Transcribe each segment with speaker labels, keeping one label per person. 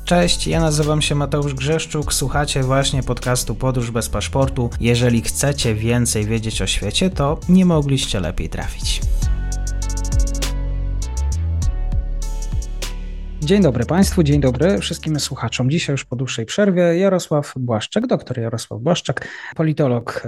Speaker 1: Cześć, ja nazywam się Mateusz Grzeszczuk, słuchacie właśnie podcastu Podróż bez paszportu. Jeżeli chcecie więcej wiedzieć o świecie, to nie mogliście lepiej trafić. Dzień dobry Państwu, dzień dobry wszystkim słuchaczom. Dzisiaj już po dłuższej przerwie Jarosław Błaszczak, doktor Jarosław Błaszczak, politolog,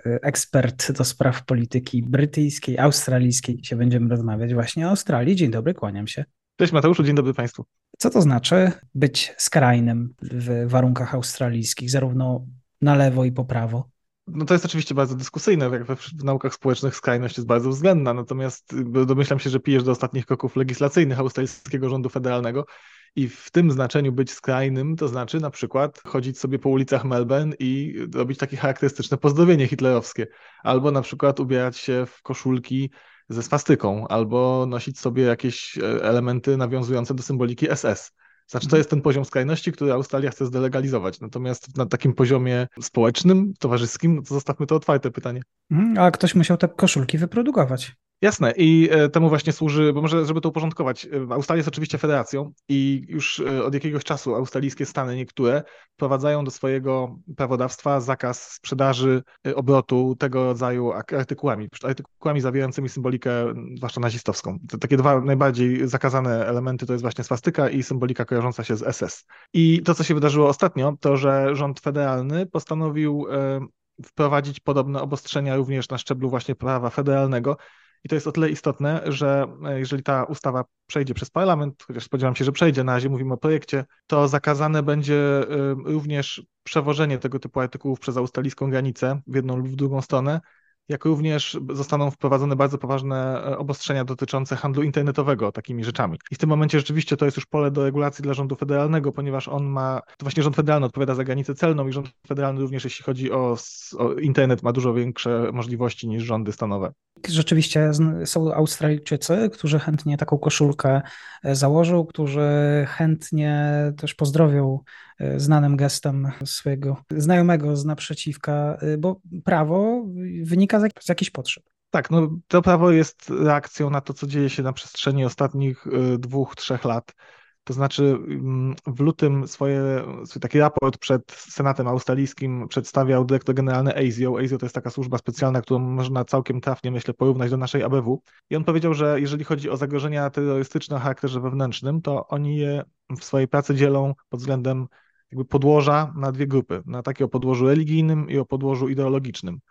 Speaker 1: ekspert do spraw polityki brytyjskiej, australijskiej. Dzisiaj będziemy rozmawiać właśnie o Australii. Dzień dobry, kłaniam się.
Speaker 2: Cześć Mateuszu, dzień dobry Państwu.
Speaker 1: Co to znaczy być skrajnym w warunkach australijskich, zarówno na lewo i po prawo?
Speaker 2: No to jest oczywiście bardzo dyskusyjne, jak w naukach społecznych skrajność jest bardzo względna, natomiast domyślam się, że pijesz do ostatnich kroków legislacyjnych australijskiego rządu federalnego i w tym znaczeniu być skrajnym to znaczy na przykład chodzić sobie po ulicach Melbourne i robić takie charakterystyczne pozdrowienie hitlerowskie, albo na przykład ubierać się w koszulki ze swastyką, albo nosić sobie jakieś elementy nawiązujące do symboliki SS. Znaczy, to jest ten poziom skrajności, który Australia chce zdelegalizować. Natomiast na takim poziomie społecznym, towarzyskim, to zostawmy to otwarte pytanie.
Speaker 1: A ktoś musiał te koszulki wyprodukować.
Speaker 2: Jasne i temu właśnie służy, bo może żeby to uporządkować, Australia jest oczywiście federacją i już od jakiegoś czasu australijskie stany niektóre wprowadzają do swojego prawodawstwa zakaz sprzedaży, obrotu tego rodzaju artykułami zawierającymi symbolikę, zwłaszcza nazistowską. Takie dwa najbardziej zakazane elementy to jest właśnie swastyka i symbolika kojarząca się z SS. I to, co się wydarzyło ostatnio, to że rząd federalny postanowił wprowadzić podobne obostrzenia również na szczeblu właśnie prawa federalnego. I to jest o tyle istotne, że jeżeli ta ustawa przejdzie przez parlament, chociaż spodziewam się, że przejdzie, na razie mówimy o projekcie, to zakazane będzie również przewożenie tego typu artykułów przez australijską granicę w jedną lub w drugą stronę, jak również zostaną wprowadzone bardzo poważne obostrzenia dotyczące handlu internetowego takimi rzeczami. I w tym momencie rzeczywiście to jest już pole do regulacji dla rządu federalnego, ponieważ to właśnie rząd federalny odpowiada za granicę celną i rząd federalny również, jeśli chodzi o internet, ma dużo większe możliwości niż rządy stanowe.
Speaker 1: Rzeczywiście są Australijczycy, którzy chętnie taką koszulkę założą, którzy chętnie też pozdrowią znanym gestem swojego znajomego z naprzeciwka, bo prawo wynika z jakichś potrzeb.
Speaker 2: Tak, no to prawo jest reakcją na to, co dzieje się na przestrzeni ostatnich 2-3 lat. To znaczy w lutym swój taki raport przed Senatem Australijskim przedstawiał dyrektor generalny ASIO. ASIO to jest taka służba specjalna, którą można całkiem trafnie, myślę, porównać do naszej ABW. I on powiedział, że jeżeli chodzi o zagrożenia terrorystyczne o charakterze wewnętrznym, to oni je w swojej pracy dzielą pod względem jakby podłoża na dwie grupy. Na takie o podłożu religijnym i o podłożu ideologicznym.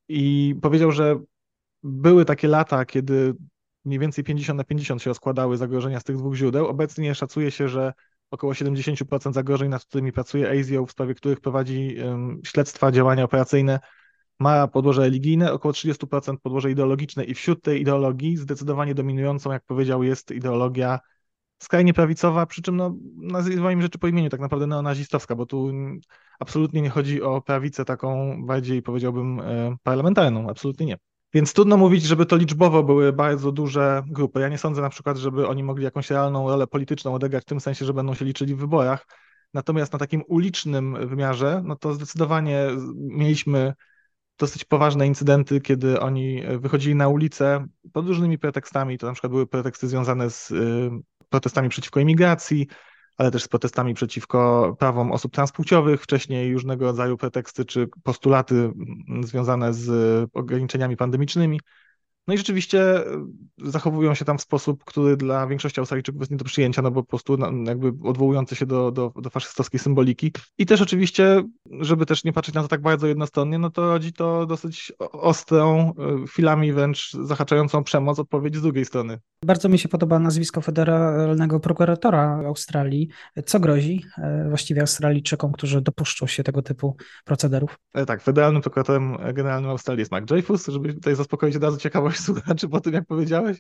Speaker 2: I powiedział, że były takie lata, kiedy mniej więcej 50/50 się rozkładały zagrożenia z tych dwóch źródeł. Obecnie szacuje się, że około 70% zagrożeń, nad którymi pracuje ASIO, w sprawie których prowadzi śledztwa, działania operacyjne, ma podłoże religijne, około 30% podłoże ideologiczne i wśród tej ideologii zdecydowanie dominującą, jak powiedział, jest ideologia skrajnie prawicowa, przy czym nazywajmy rzeczy po imieniu, tak naprawdę neonazistowska, bo tu absolutnie nie chodzi o prawicę taką bardziej, powiedziałbym, parlamentarną, absolutnie nie. Więc trudno mówić, żeby to liczbowo były bardzo duże grupy. Ja nie sądzę na przykład, żeby oni mogli jakąś realną rolę polityczną odegrać w tym sensie, że będą się liczyli w wyborach. Natomiast na takim ulicznym wymiarze, no to zdecydowanie mieliśmy dosyć poważne incydenty, kiedy oni wychodzili na ulicę pod różnymi pretekstami. To na przykład były preteksty związane z protestami przeciwko imigracji, ale też z protestami przeciwko prawom osób transpłciowych, wcześniej różnego rodzaju preteksty czy postulaty związane z ograniczeniami pandemicznymi. No i rzeczywiście zachowują się tam w sposób, który dla większości Australijczyków jest nie do przyjęcia, no bo po prostu jakby odwołujący się do faszystowskiej symboliki. I też oczywiście, żeby też nie patrzeć na to tak bardzo jednostronnie, no to rodzi to dosyć ostrą, chwilami wręcz zahaczającą przemoc odpowiedź z drugiej strony.
Speaker 1: Bardzo mi się podoba nazwisko federalnego prokuratora Australii. Co grozi właściwie Australijczykom, którzy dopuszczą się tego typu procederów?
Speaker 2: Tak, federalnym prokuratorem generalnym Australii jest Mark Dreyfus, żeby tutaj zaspokoić od razu ciekawość słuchaczy po tym, jak powiedziałeś.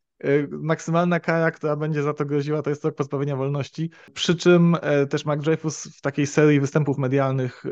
Speaker 2: Maksymalna kara, która będzie za to groziła, to jest rok pozbawienia wolności. Przy czym też Mark Dreyfus w takiej serii występów medialnych,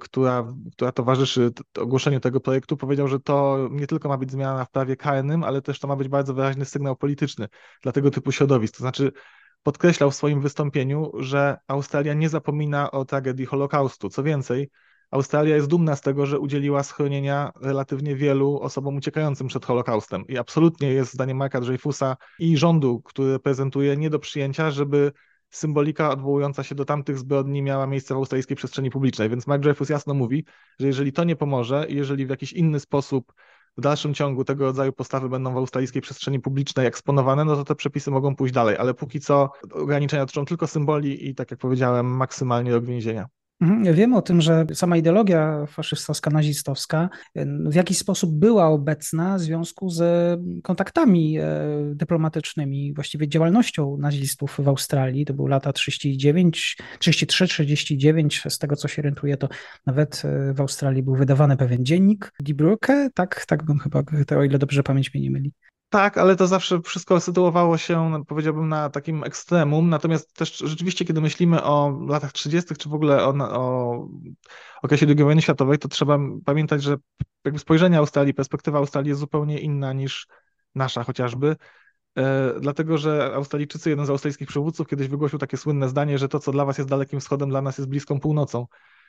Speaker 2: która towarzyszy ogłoszeniu tego projektu, powiedział, że to nie tylko ma być zmiana w prawie karnym, ale też to ma być bardzo wyraźny sygnał polityczny dla tego typu środowisk. To znaczy podkreślał w swoim wystąpieniu, że Australia nie zapomina o tragedii Holokaustu. Co więcej, Australia jest dumna z tego, że udzieliła schronienia relatywnie wielu osobom uciekającym przed Holokaustem i absolutnie jest, zdaniem Marka Dreyfusa i rządu, który reprezentuje, nie do przyjęcia, żeby symbolika odwołująca się do tamtych zbrodni miała miejsce w australijskiej przestrzeni publicznej, więc Mark Dreyfus jasno mówi, że jeżeli to nie pomoże i jeżeli w jakiś inny sposób w dalszym ciągu tego rodzaju postawy będą w australijskiej przestrzeni publicznej eksponowane, no to te przepisy mogą pójść dalej, ale póki co ograniczenia dotyczą tylko symboli i, tak jak powiedziałem, maksymalnie rok więzienia.
Speaker 1: Wiem o tym, że sama ideologia faszystowska, nazistowska w jakiś sposób była obecna w związku z kontaktami dyplomatycznymi, właściwie działalnością nazistów w Australii. To były lata 39, 33, 39. Z tego, co się orientuję, to nawet w Australii był wydawany pewien dziennik Die Brücke, tak bym chyba, o ile dobrze pamięć mnie nie myli.
Speaker 2: Tak, ale to zawsze wszystko sytuowało się, no, powiedziałbym, na takim ekstremum. Natomiast też rzeczywiście, kiedy myślimy o latach 30., czy w ogóle o okresie II wojny światowej, to trzeba pamiętać, że jakby spojrzenie Australii, perspektywa Australii jest zupełnie inna niż nasza chociażby. Dlatego, że Australijczycy, jeden z australijskich przywódców kiedyś wygłosił takie słynne zdanie, że to, co dla was jest Dalekim Wschodem, dla nas jest Bliską Północą.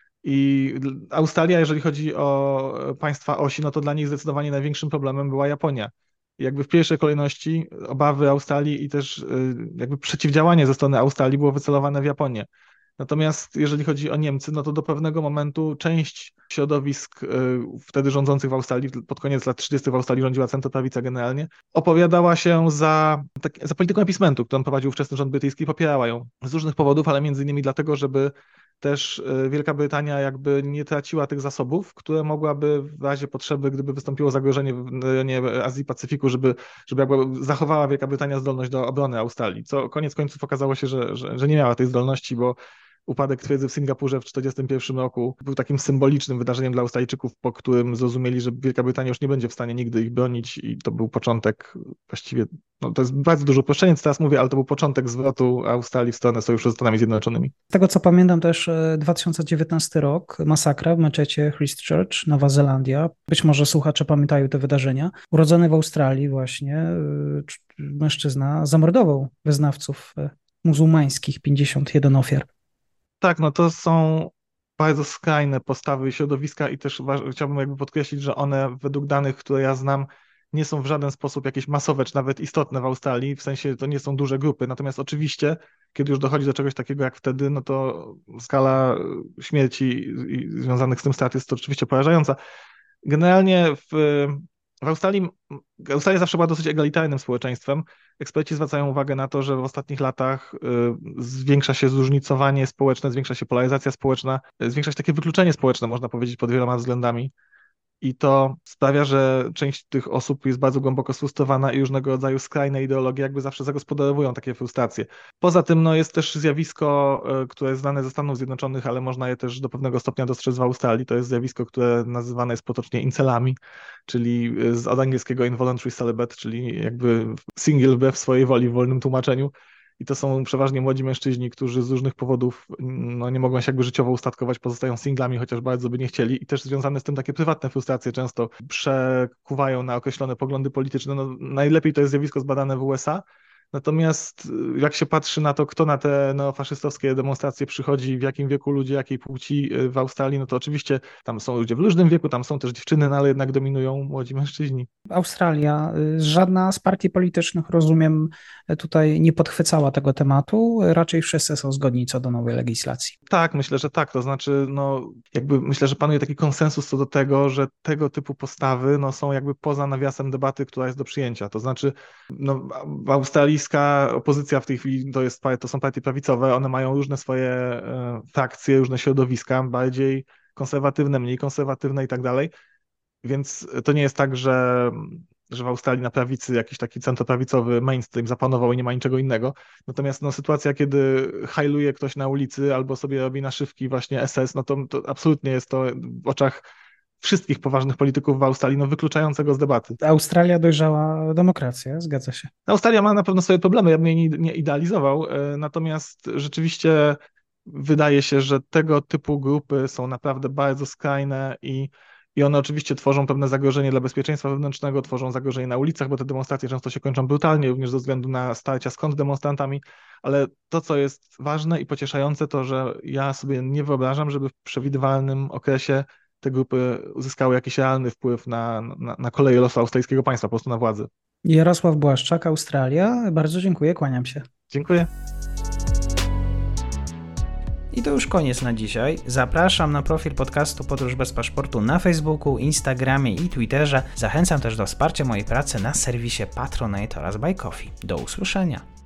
Speaker 2: I Australia, jeżeli chodzi o państwa osi, no to dla nich zdecydowanie największym problemem była Japonia. Jakby w pierwszej kolejności obawy Australii i też jakby przeciwdziałanie ze strony Australii było wycelowane w Japonię. Natomiast jeżeli chodzi o Niemcy, no to do pewnego momentu część środowisk wtedy rządzących w Australii, pod koniec lat 30. w Australii rządziła centroprawica generalnie, opowiadała się za polityką appeasementu, którą prowadził ówczesny rząd brytyjski, popierała ją z różnych powodów, ale między innymi dlatego, żeby też Wielka Brytania jakby nie traciła tych zasobów, które mogłaby w razie potrzeby, gdyby wystąpiło zagrożenie w rejonie Azji i Pacyfiku, żeby jakby zachowała Wielka Brytania zdolność do obrony Australii, co koniec końców okazało się, że nie miała tej zdolności, bo upadek twierdzy w Singapurze w 1941 roku był takim symbolicznym wydarzeniem dla Australijczyków, po którym zrozumieli, że Wielka Brytania już nie będzie w stanie nigdy ich bronić i to był początek właściwie, no to jest bardzo duże uproszczenie, co teraz mówię, ale to był początek zwrotu Australii w stronę sojuszu ze Stanami Zjednoczonymi.
Speaker 1: Z tego co pamiętam też 2019 rok, masakra w meczecie Christchurch, Nowa Zelandia. Być może słuchacze pamiętają te wydarzenia. Urodzony w Australii właśnie mężczyzna zamordował wyznawców muzułmańskich, 51 ofiar.
Speaker 2: Tak, no to są bardzo skrajne postawy i środowiska i też chciałbym jakby podkreślić, że one według danych, które ja znam, nie są w żaden sposób jakieś masowe, czy nawet istotne w Australii, w sensie to nie są duże grupy, natomiast oczywiście, kiedy już dochodzi do czegoś takiego jak wtedy, no to skala śmierci i związanych z tym strat jest to oczywiście porażająca. Generalnie Australia zawsze była dosyć egalitarnym społeczeństwem. Eksperci zwracają uwagę na to, że w ostatnich latach zwiększa się zróżnicowanie społeczne, zwiększa się polaryzacja społeczna, zwiększa się takie wykluczenie społeczne, można powiedzieć, pod wieloma względami. I to sprawia, że część tych osób jest bardzo głęboko sfrustrowana i różnego rodzaju skrajne ideologie jakby zawsze zagospodarowują takie frustracje. Poza tym no, jest też zjawisko, które jest znane ze Stanów Zjednoczonych, ale można je też do pewnego stopnia dostrzec w Australii. To jest zjawisko, które nazywane jest potocznie incelami, czyli od angielskiego involuntary celibate, czyli jakby single wbrew swojej woli w wolnym tłumaczeniu. I to są przeważnie młodzi mężczyźni, którzy z różnych powodów no, nie mogą się jakby życiowo ustatkować, pozostają singlami, chociaż bardzo by nie chcieli. I też związane z tym takie prywatne frustracje często przekuwają na określone poglądy polityczne. No, najlepiej to jest zjawisko zbadane w USA. Natomiast jak się patrzy na to, kto na te neofaszystowskie demonstracje przychodzi, w jakim wieku ludzie, jakiej płci w Australii, no to oczywiście tam są ludzie w różnym wieku, tam są też dziewczyny, no ale jednak dominują młodzi mężczyźni.
Speaker 1: Australia, żadna z partii politycznych, rozumiem, tutaj nie podchwycała tego tematu, raczej wszyscy są zgodni co do nowej legislacji.
Speaker 2: Tak, myślę, że tak. To znaczy, no, jakby myślę, że panuje taki konsensus co do tego, że tego typu postawy no, są jakby poza nawiasem debaty, która jest do przyjęcia. To znaczy, no, australijska opozycja w tej chwili to są partie prawicowe, one mają różne swoje frakcje, różne środowiska, bardziej konserwatywne, mniej konserwatywne i tak dalej. Więc to nie jest tak, że w Australii na prawicy jakiś taki centroprawicowy mainstream zapanował i nie ma niczego innego. Natomiast no, sytuacja, kiedy hajluje ktoś na ulicy albo sobie robi naszywki właśnie SS, no to absolutnie jest to w oczach wszystkich poważnych polityków w Australii no, wykluczającego z debaty.
Speaker 1: Australia dojrzała demokracja, zgadza się.
Speaker 2: Australia ma na pewno swoje problemy, ja bym jej nie idealizował, natomiast rzeczywiście wydaje się, że tego typu grupy są naprawdę bardzo skrajne i one oczywiście tworzą pewne zagrożenie dla bezpieczeństwa wewnętrznego, tworzą zagrożenie na ulicach, bo te demonstracje często się kończą brutalnie, również ze względu na starcia z kontrdemonstrantami, ale to, co jest ważne i pocieszające, to, że ja sobie nie wyobrażam, żeby w przewidywalnym okresie te grupy uzyskały jakiś realny wpływ na koleje losu australijskiego państwa, po prostu na władzy.
Speaker 1: Jarosław Błaszczak, Australia. Bardzo dziękuję, kłaniam się.
Speaker 2: Dziękuję.
Speaker 1: I to już koniec na dzisiaj. Zapraszam na profil podcastu Podróż bez paszportu na Facebooku, Instagramie i Twitterze. Zachęcam też do wsparcia mojej pracy na serwisie Patronite oraz Buy Coffee. Do usłyszenia.